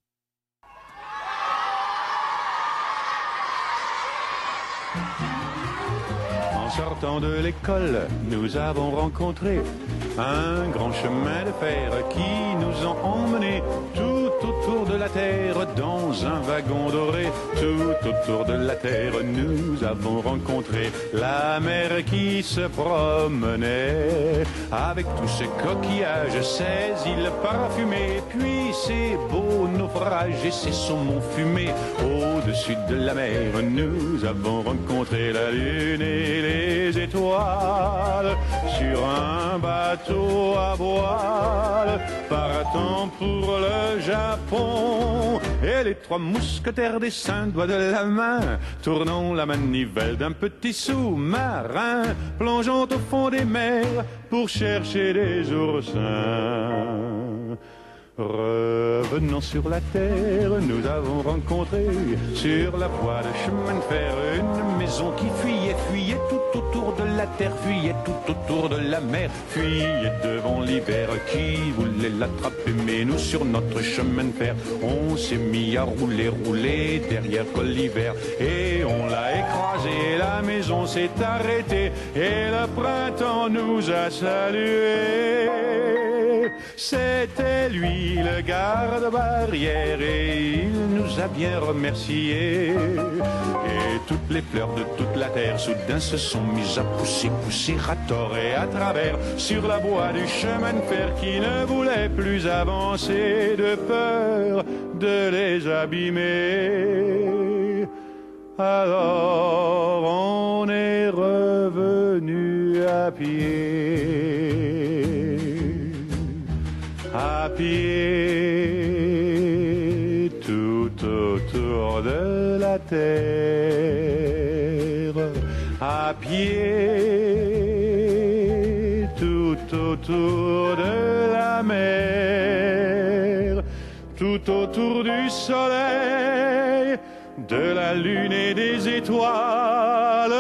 En sortant de l'école, nous avons rencontré un grand chemin de fer qui nous a emmenés tout autour de la terre dans un wagon doré. Tout autour de la terre, nous avons rencontré la mer qui se promenait avec tous ses coquillages, ses îles parfumées, puis ses beaux naufrages et ses saumons fumés. Au-dessus de la mer, nous avons rencontré la lune et les étoiles sur un bateau à voile partant pour le Japon. Et les trois mousquetaires des 5 doigts de la main tournant la manivelle d'un petit sous-marin plongeant au fond des mers pour chercher des oursins. Revenant sur la terre, nous avons rencontré sur la voie de chemin de fer une maison qui fuyait tout autour de la terre, fuyait tout autour de la mer, fuyait devant l'hiver qui voulait l'attraper. Mais nous, sur notre chemin de fer, on s'est mis à rouler derrière Colliver et on l'a écrasé. La maison s'est arrêtée et le printemps nous a salués. C'était lui le garde-barrière et il nous a bien remerciés. Et toutes les fleurs de toute la terre soudain se sont mises à pousser à tort et à travers sur la voie du chemin de fer qui ne voulait plus avancer de peur de les abîmer. Alors on est revenu à pied. À pied, tout autour de la terre. À pied, tout autour de la mer. Tout autour du soleil, de la lune et des étoiles.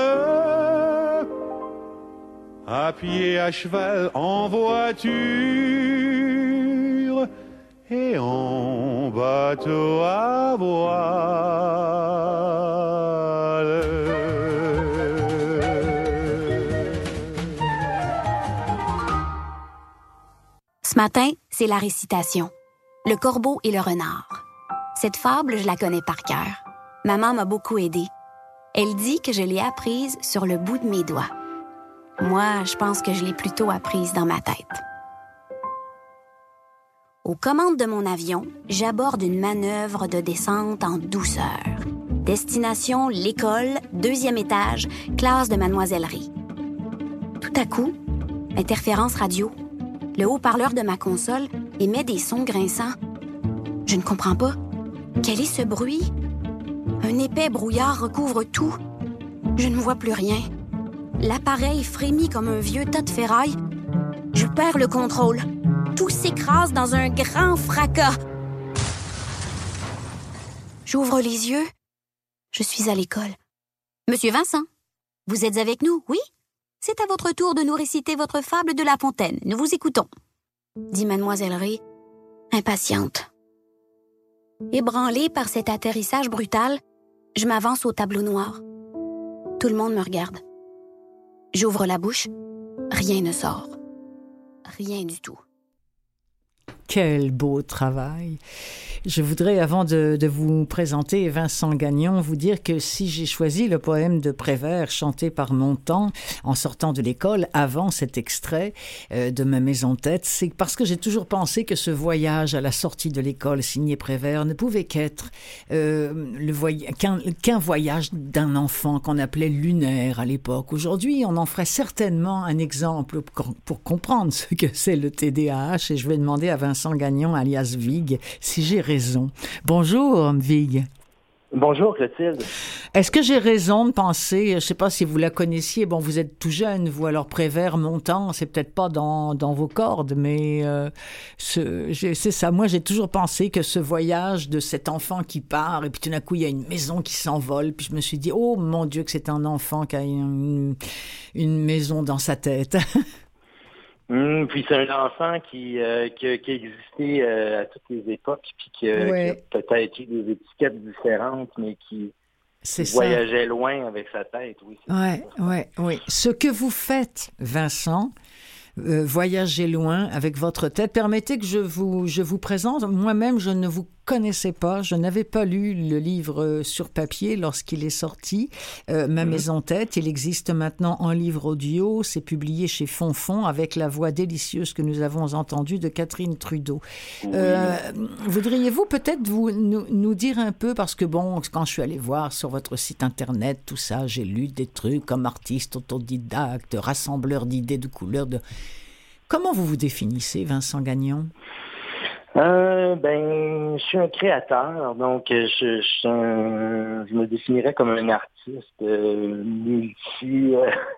À pied, à cheval, en voiture et en bateau à voile. Ce matin, c'est la récitation. Le corbeau et le renard. Cette fable, je la connais par cœur. Maman m'a beaucoup aidée. Elle dit que je l'ai apprise sur le bout de mes doigts. Moi, je pense que je l'ai plutôt apprise dans ma tête. Aux commandes de mon avion, j'aborde une manœuvre de descente en douceur. Destination, l'école, 2e étage, classe de mademoisellerie. Tout à coup, interférence radio. Le haut-parleur de ma console émet des sons grinçants. Je ne comprends pas. Quel est ce bruit? Un épais brouillard recouvre tout. Je ne vois plus rien. L'appareil frémit comme un vieux tas de ferraille. Je perds le contrôle. Tout s'écrase dans un grand fracas. J'ouvre les yeux. Je suis à l'école. Monsieur Vincent, vous êtes avec nous, oui? C'est à votre tour de nous réciter votre fable de La Fontaine. Nous vous écoutons, dit Mademoiselle Ray, impatiente. Ébranlée par cet atterrissage brutal, je m'avance au tableau noir. Tout le monde me regarde. J'ouvre la bouche. Rien ne sort. Rien du tout. Quel beau travail! Je voudrais, avant de vous présenter Vincent Gagnon, vous dire que si j'ai choisi le poème de Prévert chanté par Montand en sortant de l'école, avant cet extrait de Ma maison tête, c'est parce que j'ai toujours pensé que ce voyage à la sortie de l'école signé Prévert ne pouvait qu'être qu'un voyage d'un enfant qu'on appelait lunaire à l'époque. Aujourd'hui, on en ferait certainement un exemple pour comprendre ce que c'est le TDAH, et je vais demander à Vincent Gagnon, alias Vig, si j'ai raison. Bonjour, Vig. Bonjour, Clotilde. Est-ce que j'ai raison de penser, je ne sais pas si vous la connaissiez, bon, vous êtes tout jeune, vous, alors Prévert, Montand, c'est peut-être pas dans vos cordes, mais c'est ça. Moi, j'ai toujours pensé que ce voyage de cet enfant qui part, et puis tout d'un coup, il y a une maison qui s'envole, puis je me suis dit, oh mon Dieu, que c'est un enfant qui a une maison dans sa tête. Puis c'est un enfant qui a existé à toutes les époques, puis qui a peut-être eu des étiquettes différentes, mais qui voyageait loin avec sa tête. Oui. Oui. Ce que vous faites, Vincent, voyager loin avec votre tête. Permettez que je vous présente. Moi-même, je ne vous connaissais pas. Je n'avais pas lu le livre sur papier lorsqu'il est sorti. Ma maison tête, il existe maintenant en livre audio. C'est publié chez Fonfon avec la voix délicieuse que nous avons entendue de Catherine Trudeau. Oui. Voudriez-vous peut-être nous dire un peu, parce que bon, quand je suis allée voir sur votre site internet, tout ça, j'ai lu des trucs comme artiste autodidacte, rassembleur d'idées, de couleurs, Comment vous vous définissez, Vincent Gagnon? Je suis un créateur, donc je me définirais comme un artiste multi.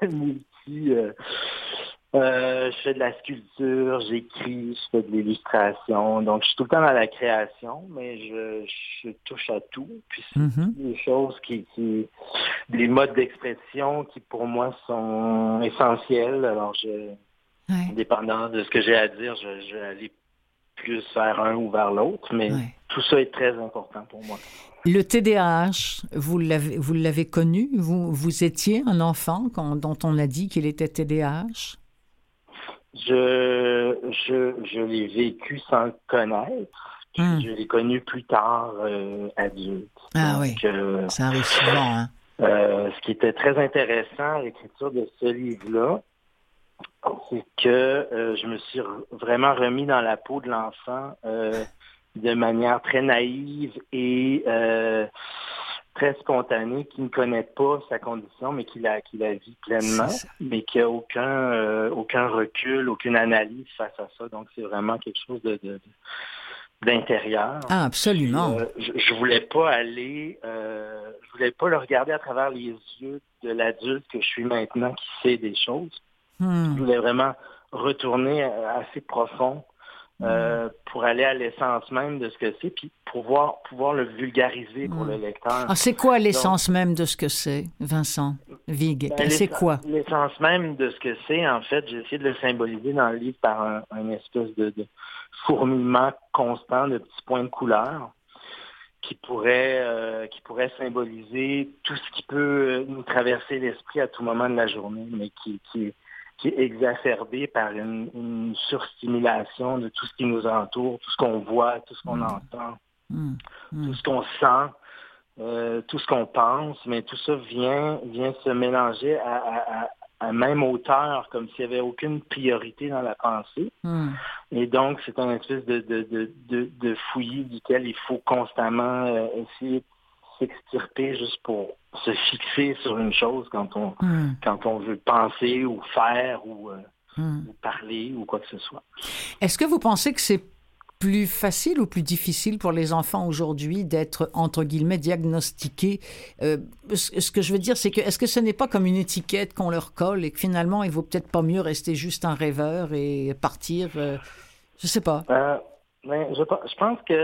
Je fais de la sculpture, j'écris, je fais de l'illustration, donc je suis tout le temps dans la création, mais je touche à tout. Puis c'est des choses des modes d'expression qui pour moi sont essentiels. Alors dépendant de ce que j'ai à dire, je vais aller plus vers un ou vers l'autre, mais tout ça est très important pour moi. Le TDAH, vous l'avez connu? Vous étiez un enfant dont on a dit qu'il était TDAH? Je l'ai vécu sans le connaître. Je l'ai connu plus tard, adulte. Ah donc, oui, ça arrive souvent. Hein? Ce qui était très intéressant à l'écriture de ce livre-là, c'est que je me suis vraiment remis dans la peau de l'enfant de manière très naïve et très spontanée, qui ne connaît pas sa condition, mais qui la vit pleinement, mais qui n'a aucun recul, aucune analyse face à ça. Donc, c'est vraiment quelque chose d'intérieur. Ah, absolument. Je voulais pas aller, je voulais pas le regarder à travers les yeux de l'adulte que je suis maintenant, qui sait des choses. Je voulais vraiment retourner assez profond pour aller à l'essence même de ce que c'est, puis pouvoir le vulgariser pour le lecteur. Ah, c'est quoi l'essence même de ce que c'est, Vincent Vig? C'est quoi? L'essence même de ce que c'est, en fait, j'ai essayé de le symboliser dans le livre par un espèce de fourmillement constant de petits points de couleur qui pourrait symboliser tout ce qui peut nous traverser l'esprit à tout moment de la journée, mais qui est exacerbé par une surstimulation de tout ce qui nous entoure, tout ce qu'on voit, tout ce qu'on entend. tout ce qu'on sent, tout ce qu'on pense, mais tout ça vient se mélanger à même hauteur, comme s'il n'y avait aucune priorité dans la pensée. Et donc, c'est un espèce de fouillis duquel il faut constamment essayer de s'extirper juste pour se fixer sur une chose quand on veut penser ou faire ou parler ou quoi que ce soit. Est-ce que vous pensez que c'est plus facile ou plus difficile pour les enfants aujourd'hui d'être, entre guillemets, diagnostiqués? Ce que je veux dire, c'est que est-ce que ce n'est pas comme une étiquette qu'on leur colle et que finalement, il vaut peut-être pas mieux rester juste un rêveur et partir, je sais pas. Je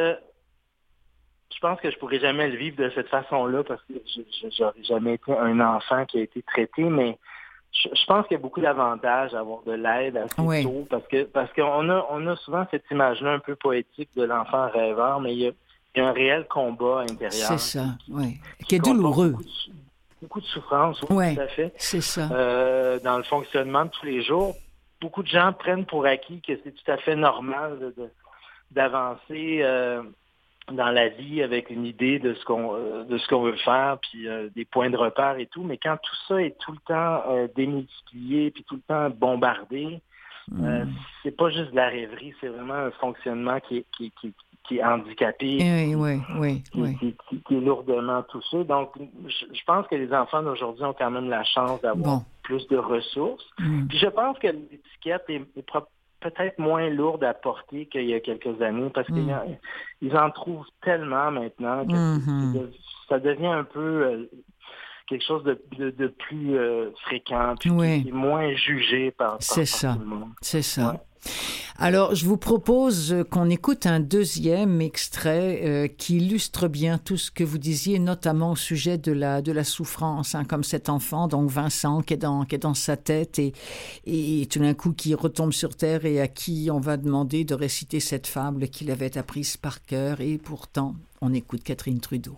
pense que je pourrais jamais le vivre de cette façon-là parce que je n'aurais jamais été un enfant qui a été traité, mais je pense qu'il y a beaucoup d'avantages à avoir de l'aide assez tôt parce qu'on a souvent cette image-là un peu poétique de l'enfant rêveur, mais il y a un réel combat intérieur. C'est ça, qui est douloureux. Beaucoup de souffrance, tout à fait. C'est ça. Dans le fonctionnement de tous les jours, beaucoup de gens prennent pour acquis que c'est tout à fait normal d'avancer dans la vie avec une idée de ce qu'on veut faire, puis des points de repère et tout, mais quand tout ça est tout le temps démultiplié, puis tout le temps bombardé, c'est pas juste de la rêverie, c'est vraiment un fonctionnement qui est handicapé, qui est lourdement touché. Donc, je pense que les enfants d'aujourd'hui ont quand même la chance d'avoir plus de ressources. Puis je pense que l'étiquette est peut-être moins lourde à porter qu'il y a quelques années parce qu'ils en trouvent tellement maintenant que ça devient un peu quelque chose de plus fréquent, puis qui est moins jugé par tout le monde. C'est ça. Ouais. Alors, je vous propose qu'on écoute un deuxième extrait qui illustre bien tout ce que vous disiez, notamment au sujet de la souffrance, comme cet enfant, donc Vincent, qui est dans sa tête et tout d'un coup qui retombe sur terre et à qui on va demander de réciter cette fable qu'il avait apprise par cœur. Et pourtant, on écoute Catherine Trudeau.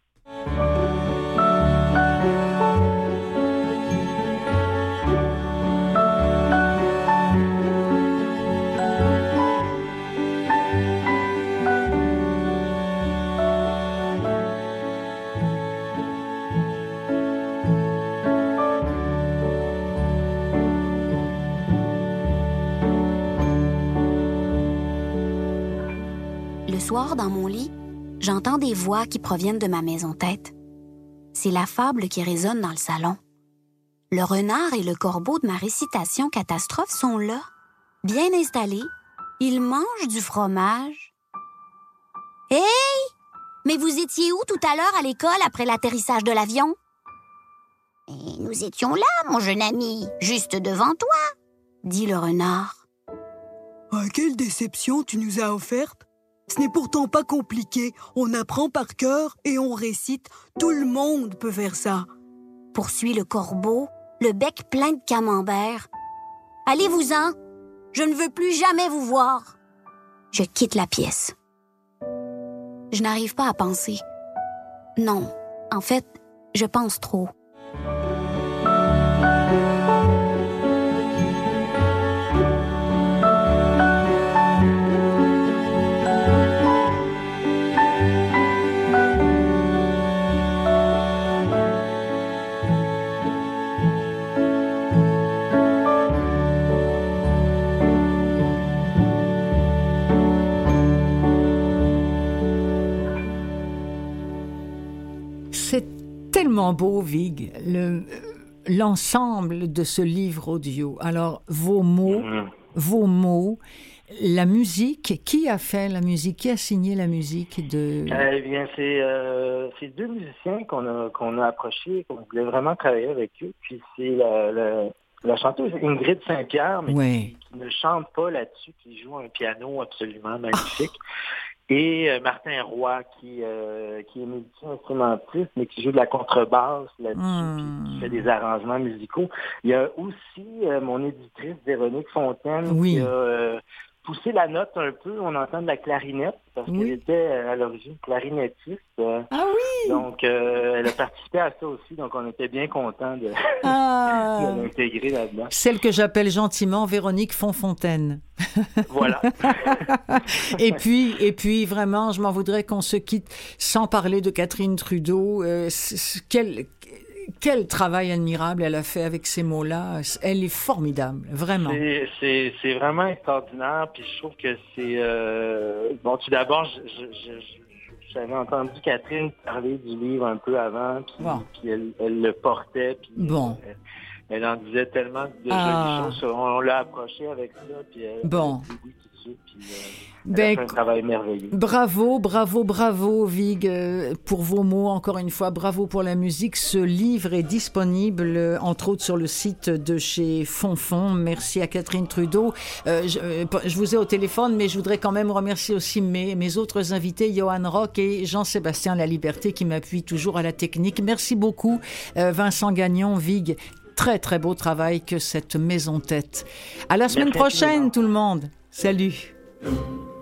Le soir, dans mon lit, j'entends des voix qui proviennent de ma maison-tête. C'est la fable qui résonne dans le salon. Le renard et le corbeau de ma récitation catastrophe sont là, bien installés. Ils mangent du fromage. Hey! Mais vous étiez où tout à l'heure à l'école après l'atterrissage de l'avion? Et nous étions là, mon jeune ami, juste devant toi, dit le renard. Ah, quelle déception tu nous as offerte! Ce n'est pourtant pas compliqué. On apprend par cœur et on récite. Tout le monde peut faire ça. Poursuit le corbeau, le bec plein de camembert. Allez-vous-en. Je ne veux plus jamais vous voir. Je quitte la pièce. Je n'arrive pas à penser. Non, en fait, je pense trop. Tellement beau, Vig, l'ensemble de ce livre audio. Alors, vos mots, la musique, qui a fait la musique? Qui a signé la musique de... Eh bien, c'est deux musiciens qu'on a approchés, qu'on voulait vraiment travailler avec eux. Puis c'est la chanteuse Ingrid Saint-Pierre, mais qui ne chante pas là-dessus, qui joue un piano absolument magnifique. Et Martin Roy, qui est multi-instrumentiste, mais qui joue de la contrebasse là-dessus, puis qui fait des arrangements musicaux. Il y a aussi mon éditrice, Véronique Fontaine, pousser la note un peu. On entend de la clarinette, parce qu'elle était à l'origine clarinettiste. Ah oui! Donc, elle a participé à ça aussi, donc on était bien contents de l'intégrer là-dedans. Celle que j'appelle gentiment Véronique Fonfontaine. Voilà. et puis vraiment, je m'en voudrais qu'on se quitte sans parler de Catherine Trudeau. Quel travail admirable elle a fait avec ces mots-là. Elle est formidable, vraiment. C'est vraiment extraordinaire. Puis je trouve que c'est... Bon, tout d'abord, j'avais entendu Catherine parler du livre un peu avant, puis elle le portait. Puis elle en disait tellement de jolies choses. On l'a approchée avec ça, puis elle a dit oui tout de suite. Puis, elle a fait un travail merveilleux. Bravo, Vig, pour vos mots, encore une fois. Bravo pour la musique. Ce livre est disponible, entre autres, sur le site de chez Fonfon. Merci à Catherine Trudeau. Je vous ai au téléphone, mais je voudrais quand même remercier aussi mes autres invités, Johan Rock et Jean-Sébastien Laliberté, qui m'appuient toujours à la technique. Merci beaucoup, Vincent Gagnon, Vig. Très, très beau travail que cette maison tête. À la semaine prochaine, tout le monde. Salut.